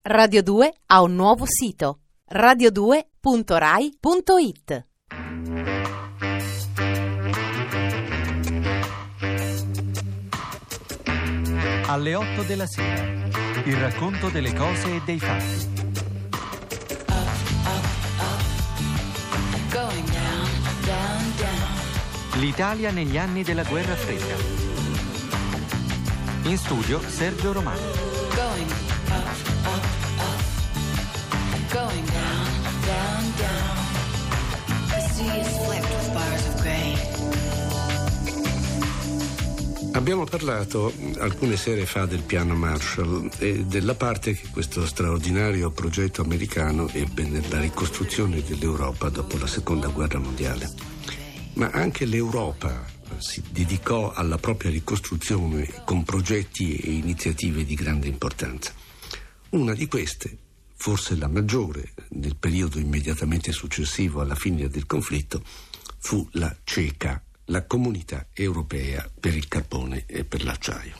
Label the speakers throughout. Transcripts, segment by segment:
Speaker 1: Radio 2 ha un nuovo sito: radio2.rai.it.
Speaker 2: Alle 8 della sera, il racconto delle cose e dei fatti. L'Italia negli anni della guerra fredda. In studio Sergio Romano.
Speaker 3: Abbiamo parlato alcune sere fa del piano Marshall e della parte che questo straordinario progetto americano ebbe nella ricostruzione dell'Europa dopo la Seconda Guerra Mondiale. Ma anche l'Europa si dedicò alla propria ricostruzione con progetti e iniziative di grande importanza. Una di queste, forse la maggiore, nel periodo immediatamente successivo alla fine del conflitto, fu la CECA, la Comunità Europea per il Carbone e per l'Acciaio.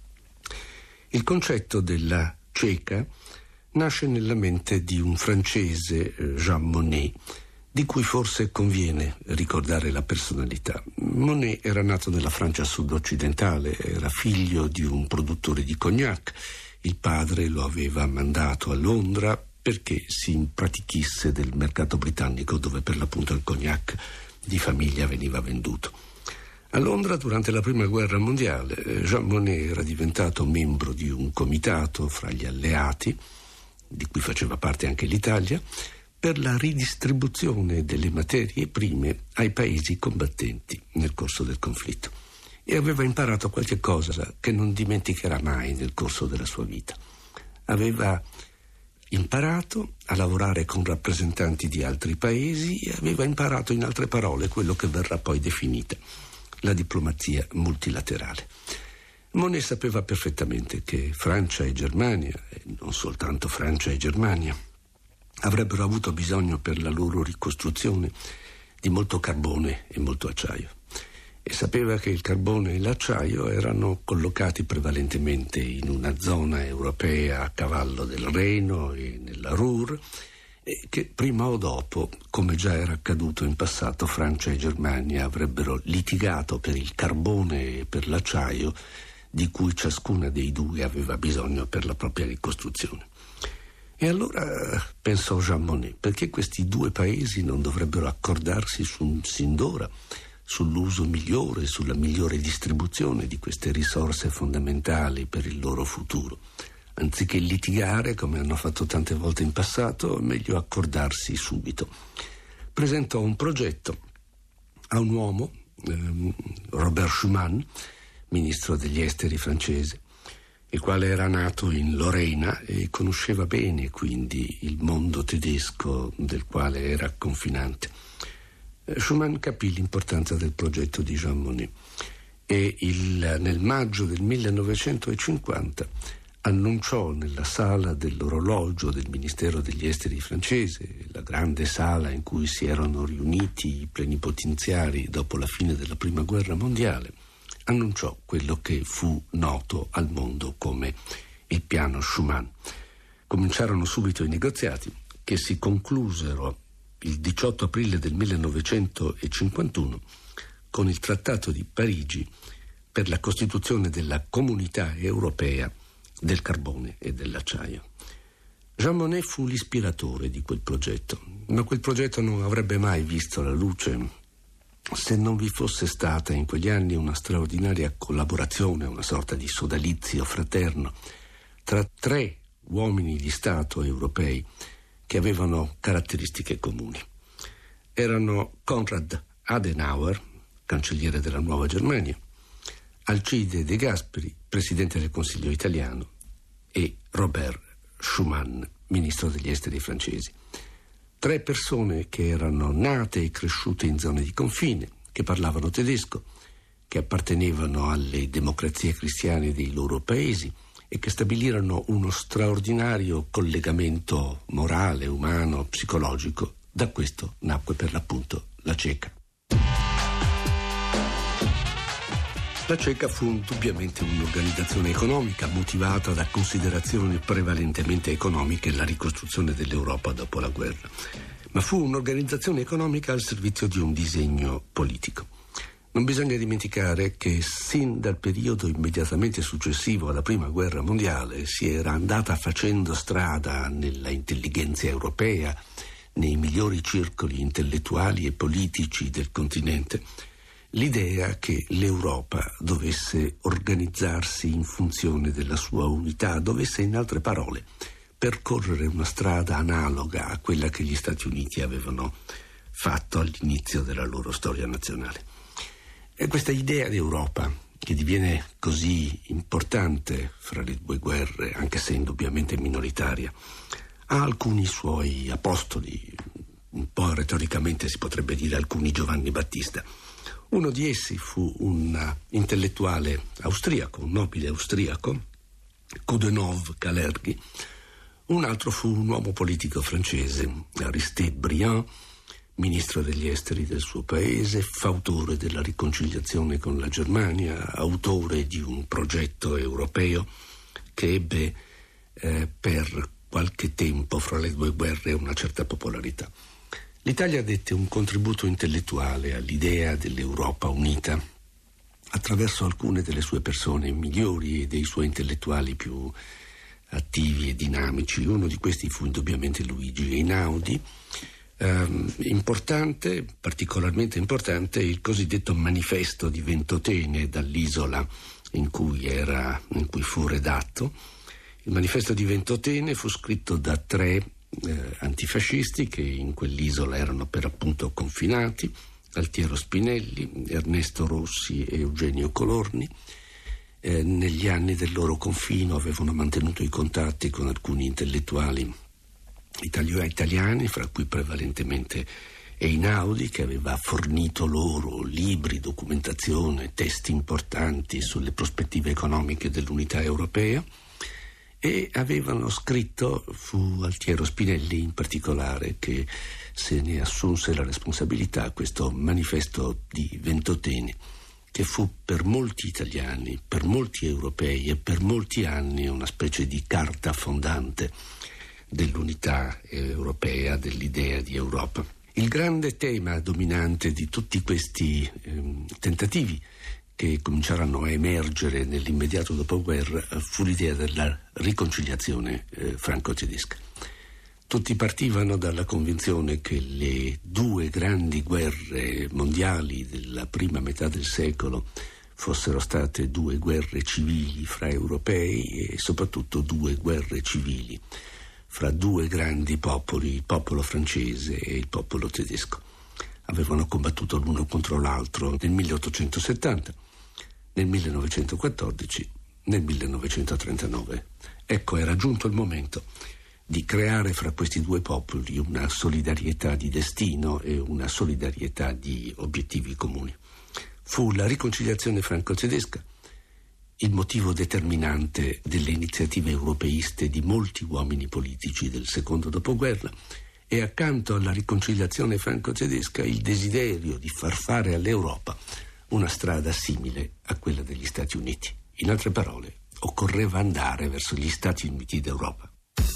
Speaker 3: Il concetto della CECA nasce nella mente di un francese, Jean Monnet, di cui forse conviene ricordare la personalità. Monnet era nato nella Francia sud-occidentale, era figlio di un produttore di cognac. Il padre lo aveva mandato a Londra perché si impratichisse del mercato britannico, dove per l'appunto il cognac di famiglia veniva venduto. A Londra, durante la Prima Guerra Mondiale, Jean Monnet era diventato membro di un comitato fra gli alleati, di cui faceva parte anche l'Italia, per la ridistribuzione delle materie prime ai paesi combattenti nel corso del conflitto. E aveva imparato qualche cosa che non dimenticherà mai nel corso della sua vita. Aveva imparato a lavorare con rappresentanti di altri paesi e aveva imparato, in altre parole, quello che verrà poi definita la diplomazia multilaterale. Monnet sapeva perfettamente che Francia e Germania, e non soltanto Francia e Germania, avrebbero avuto bisogno per la loro ricostruzione di molto carbone e molto acciaio. E sapeva che il carbone e l'acciaio erano collocati prevalentemente in una zona europea a cavallo del Reno e nella Ruhr, e che prima o dopo, come già era accaduto in passato, Francia e Germania avrebbero litigato per il carbone e per l'acciaio di cui ciascuna dei due aveva bisogno per la propria ricostruzione. E allora pensò Jean Monnet, perché questi due paesi non dovrebbero accordarsi sin d'ora sull'uso migliore, sulla migliore distribuzione di queste risorse fondamentali per il loro futuro. Anziché litigare, come hanno fatto tante volte in passato, è meglio accordarsi subito. Presentò un progetto a un uomo, Robert Schuman, ministro degli esteri francese, il quale era nato in Lorena e conosceva bene quindi il mondo tedesco del quale era confinante. Schuman capì l'importanza del progetto di Jean Monnet e nel maggio del 1950 annunciò nella sala dell'orologio del Ministero degli Esteri francese, la grande sala in cui si erano riuniti i plenipotenziari dopo la fine della Prima Guerra Mondiale, annunciò quello che fu noto al mondo come il piano Schuman. Cominciarono subito i negoziati che si conclusero il 18 aprile del 1951 con il Trattato di Parigi per la costituzione della Comunità Europea del Carbone e dell'Acciaio. Jean Monnet fu l'ispiratore di quel progetto, ma quel progetto non avrebbe mai visto la luce se non vi fosse stata in quegli anni una straordinaria collaborazione, una sorta di sodalizio fraterno tra tre uomini di Stato europei che avevano caratteristiche comuni. Erano Konrad Adenauer, cancelliere della Nuova Germania, Alcide De Gasperi, presidente del Consiglio italiano, e Robert Schuman, ministro degli esteri francesi. Tre persone che erano nate e cresciute in zone di confine, che parlavano tedesco, che appartenevano alle democrazie cristiane dei loro paesi e che stabilirono uno straordinario collegamento morale, umano, psicologico. Da questo nacque per l'appunto la CECA. La CECA fu indubbiamente un'organizzazione economica motivata da considerazioni prevalentemente economiche la ricostruzione dell'Europa dopo la guerra, ma fu un'organizzazione economica al servizio di un disegno politico. Non bisogna dimenticare che sin dal periodo immediatamente successivo alla Prima Guerra Mondiale si era andata facendo strada nella intelligenza europea, nei migliori circoli intellettuali e politici del continente, l'idea che l'Europa dovesse organizzarsi in funzione della sua unità, dovesse in altre parole percorrere una strada analoga a quella che gli Stati Uniti avevano fatto all'inizio della loro storia nazionale. E questa idea di Europa, che diviene così importante fra le due guerre, anche se indubbiamente minoritaria, ha alcuni suoi apostoli, un po' retoricamente si potrebbe dire alcuni Giovanni Battista. Uno di essi fu un intellettuale austriaco, un nobile austriaco, Coudenhove Kalergi. Un altro fu un uomo politico francese, Aristide Briand, ministro degli esteri del suo paese, fautore della riconciliazione con la Germania, autore di un progetto europeo che ebbe per qualche tempo fra le due guerre una certa popolarità. L'Italia dette un contributo intellettuale all'idea dell'Europa unita attraverso alcune delle sue persone migliori e dei suoi intellettuali più attivi e dinamici. Uno di questi fu indubbiamente Luigi Einaudi. Importante, particolarmente importante, il cosiddetto manifesto di Ventotene dall'isola in cui fu redatto. Il manifesto di Ventotene fu scritto da 3 antifascisti che in quell'isola erano per appunto confinati: Altiero Spinelli, Ernesto Rossi e Eugenio Colorni. Negli anni del loro confino avevano mantenuto i contatti con alcuni intellettuali italiani, fra cui prevalentemente Einaudi, che aveva fornito loro libri, documentazione, testi importanti sulle prospettive economiche dell'unità europea. E avevano scritto, fu Altiero Spinelli in particolare che se ne assunse la responsabilità, questo manifesto di Ventotene, che fu per molti italiani, per molti europei e per molti anni una specie di carta fondante dell'unità europea, dell'idea di Europa. Il grande tema dominante di tutti questi tentativi che cominciarono a emergere nell'immediato dopoguerra fu l'idea della riconciliazione franco-tedesca. Tutti partivano dalla convinzione che le 2 grandi guerre mondiali della prima metà del secolo fossero state 2 guerre civili fra europei e soprattutto 2 guerre civili fra 2 grandi popoli, il popolo francese e il popolo tedesco. Avevano combattuto l'uno contro l'altro nel 1870, nel 1914, nel 1939. Ecco, era giunto il momento di creare fra questi 2 popoli una solidarietà di destino e una solidarietà di obiettivi comuni. Fu la riconciliazione franco-tedesca il motivo determinante delle iniziative europeiste di molti uomini politici del secondo dopoguerra, e accanto alla riconciliazione franco-tedesca il desiderio di far fare all'Europa una strada simile a quella degli Stati Uniti. In altre parole, occorreva andare verso gli Stati Uniti d'Europa.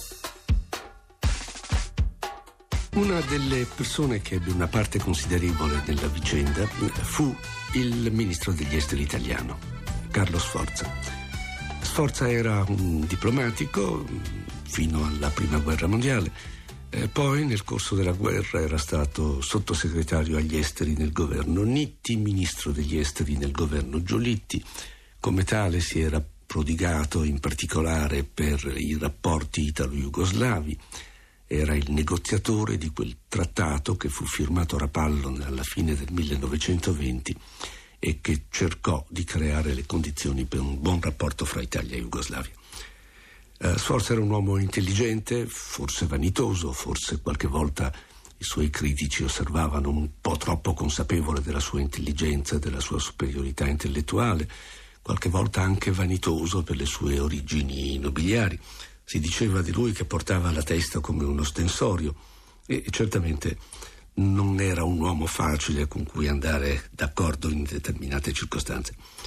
Speaker 3: Una delle persone che ebbe una parte considerevole nella vicenda fu il ministro degli esteri italiano, Carlo Sforza. Sforza era un diplomatico fino alla Prima Guerra Mondiale. Poi nel corso della guerra era stato sottosegretario agli esteri nel governo Nitti, ministro degli esteri nel governo Giolitti. Come tale si era prodigato in particolare per i rapporti italo-jugoslavi. Era il negoziatore di quel trattato che fu firmato a Rapallo alla fine del 1920 e che cercò di creare le condizioni per un buon rapporto fra Italia e Jugoslavia. Sforza era un uomo intelligente, forse vanitoso, forse qualche volta i suoi critici osservavano un po' troppo consapevole della sua intelligenza, della sua superiorità intellettuale, qualche volta anche vanitoso per le sue origini nobiliari. Si diceva di lui che portava la testa come uno stensorio e certamente non era un uomo facile con cui andare d'accordo in determinate circostanze.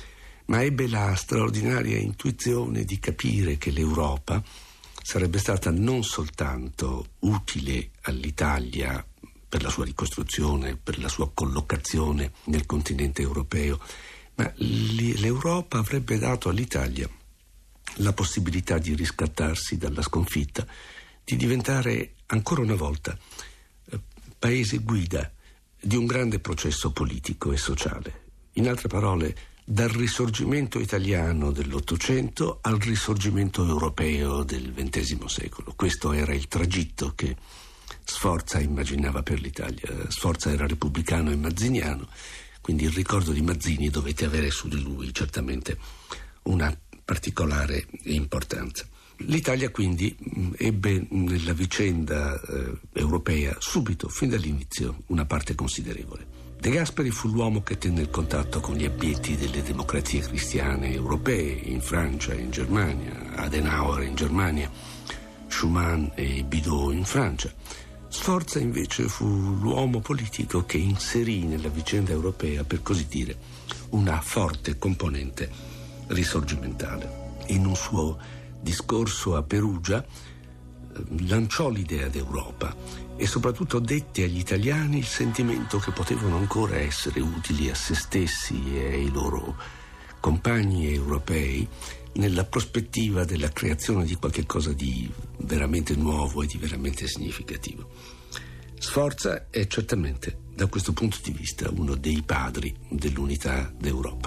Speaker 3: ma ebbe la straordinaria intuizione di capire che l'Europa sarebbe stata non soltanto utile all'Italia per la sua ricostruzione, per la sua collocazione nel continente europeo, ma l'Europa avrebbe dato all'Italia la possibilità di riscattarsi dalla sconfitta, di diventare ancora una volta paese guida di un grande processo politico e sociale. In altre parole, dal risorgimento italiano dell'Ottocento al risorgimento europeo del XX secolo. Questo era il tragitto che Sforza immaginava per l'Italia. Sforza era repubblicano e mazziniano, quindi il ricordo di Mazzini dovete avere su di lui certamente una particolare importanza. L'Italia quindi ebbe nella vicenda europea subito, fin dall'inizio, una parte considerevole. De Gasperi fu l'uomo che tenne il contatto con gli abietti delle democrazie cristiane europee in Francia e in Germania, Adenauer in Germania, Schuman e Bidault in Francia. Sforza invece fu l'uomo politico che inserì nella vicenda europea, per così dire, una forte componente risorgimentale. In un suo discorso a Perugia lanciò l'idea d'Europa e soprattutto dette agli italiani il sentimento che potevano ancora essere utili a se stessi e ai loro compagni europei nella prospettiva della creazione di qualche cosa di veramente nuovo e di veramente significativo. Sforza è certamente, da questo punto di vista, uno dei padri dell'unità d'Europa.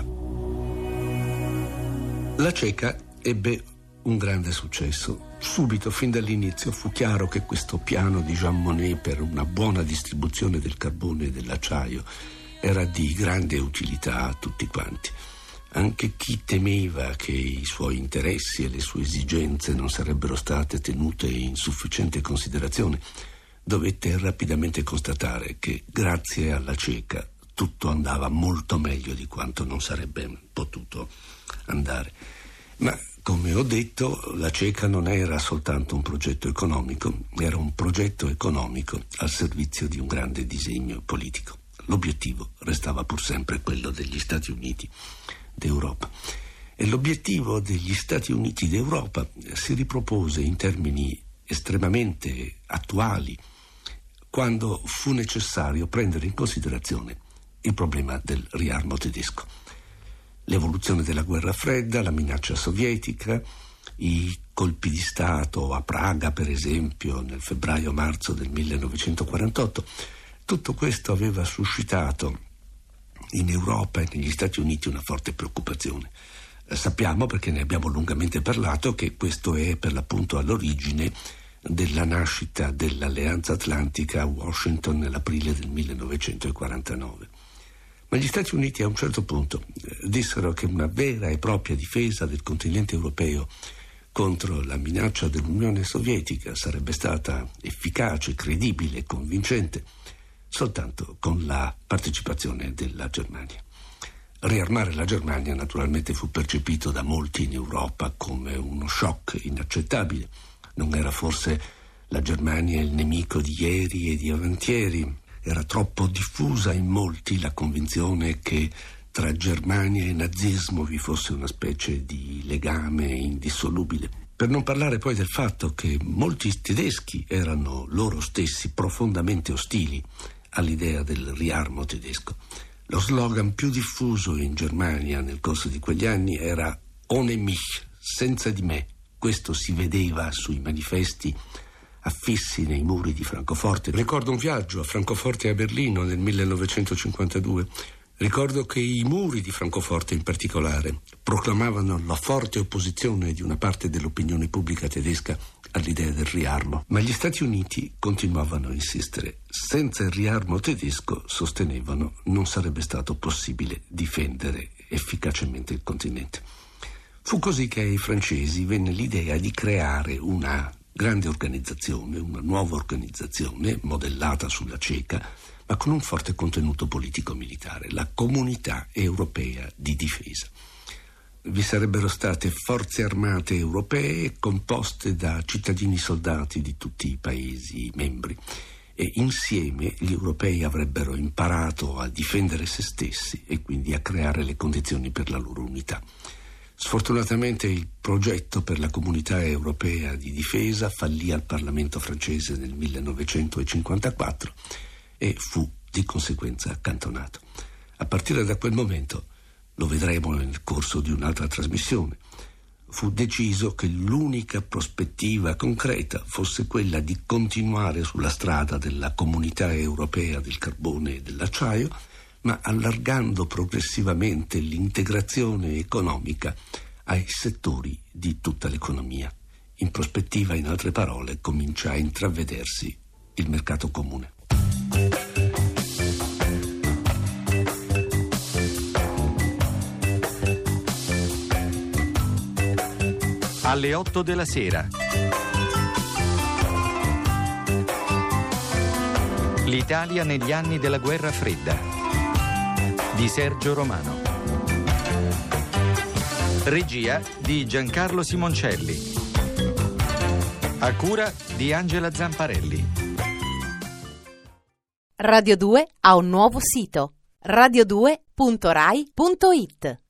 Speaker 3: La CECA ebbe un grande successo. Subito, fin dall'inizio, fu chiaro che questo piano di Jean Monnet per una buona distribuzione del carbone e dell'acciaio era di grande utilità a tutti quanti. Anche chi temeva che i suoi interessi e le sue esigenze non sarebbero state tenute in sufficiente considerazione dovette rapidamente constatare che grazie alla CECA tutto andava molto meglio di quanto non sarebbe potuto andare. Ma come ho detto, la CECA non era soltanto un progetto economico, era un progetto economico al servizio di un grande disegno politico. L'obiettivo restava pur sempre quello degli Stati Uniti d'Europa. E l'obiettivo degli Stati Uniti d'Europa si ripropose in termini estremamente attuali quando fu necessario prendere in considerazione il problema del riarmo tedesco. L'evoluzione della guerra fredda, la minaccia sovietica, i colpi di Stato a Praga, per esempio, nel febbraio-marzo del 1948, tutto questo aveva suscitato in Europa e negli Stati Uniti una forte preoccupazione. Sappiamo, perché ne abbiamo lungamente parlato, che questo è per l'appunto all'origine della nascita dell'Alleanza Atlantica a Washington nell'aprile del 1949. Ma gli Stati Uniti a un certo punto dissero che una vera e propria difesa del continente europeo contro la minaccia dell'Unione Sovietica sarebbe stata efficace, credibile e convincente soltanto con la partecipazione della Germania. Riarmare la Germania naturalmente fu percepito da molti in Europa come uno shock inaccettabile. Non era forse la Germania il nemico di ieri e di avantieri? Era troppo diffusa in molti la convinzione che tra Germania e nazismo vi fosse una specie di legame indissolubile. Per non parlare poi del fatto che molti tedeschi erano loro stessi profondamente ostili all'idea del riarmo tedesco. Lo slogan più diffuso in Germania nel corso di quegli anni era "Ohne mich", senza di me. Questo si vedeva sui manifesti affissi nei muri di Francoforte. Ricordo un viaggio a Francoforte e a Berlino nel 1952. Ricordo che i muri di Francoforte in particolare proclamavano la forte opposizione di una parte dell'opinione pubblica tedesca all'idea del riarmo. Ma gli Stati Uniti continuavano a insistere. Senza il riarmo tedesco, sostenevano, non sarebbe stato possibile difendere efficacemente il continente. Fu così che ai francesi venne l'idea di creare una grande organizzazione, una nuova organizzazione modellata sulla CECA, ma con un forte contenuto politico-militare, la Comunità Europea di Difesa. Vi sarebbero state forze armate europee composte da cittadini soldati di tutti i Paesi membri e insieme gli europei avrebbero imparato a difendere se stessi e quindi a creare le condizioni per la loro unità. Sfortunatamente il progetto per la Comunità Europea di Difesa fallì al Parlamento francese nel 1954 e fu di conseguenza accantonato. A partire da quel momento, lo vedremo nel corso di un'altra trasmissione, fu deciso che l'unica prospettiva concreta fosse quella di continuare sulla strada della Comunità Europea del carbone e dell'acciaio, ma allargando progressivamente l'integrazione economica ai settori di tutta l'economia. In prospettiva, in altre parole, comincia a intravvedersi il mercato comune.
Speaker 2: Alle 8 della sera. L'Italia negli anni della guerra fredda di Sergio Romano. Regia di Giancarlo Simoncelli. A cura di Angela Zamparelli.
Speaker 1: Radio 2 ha un nuovo sito: radio2.rai.it.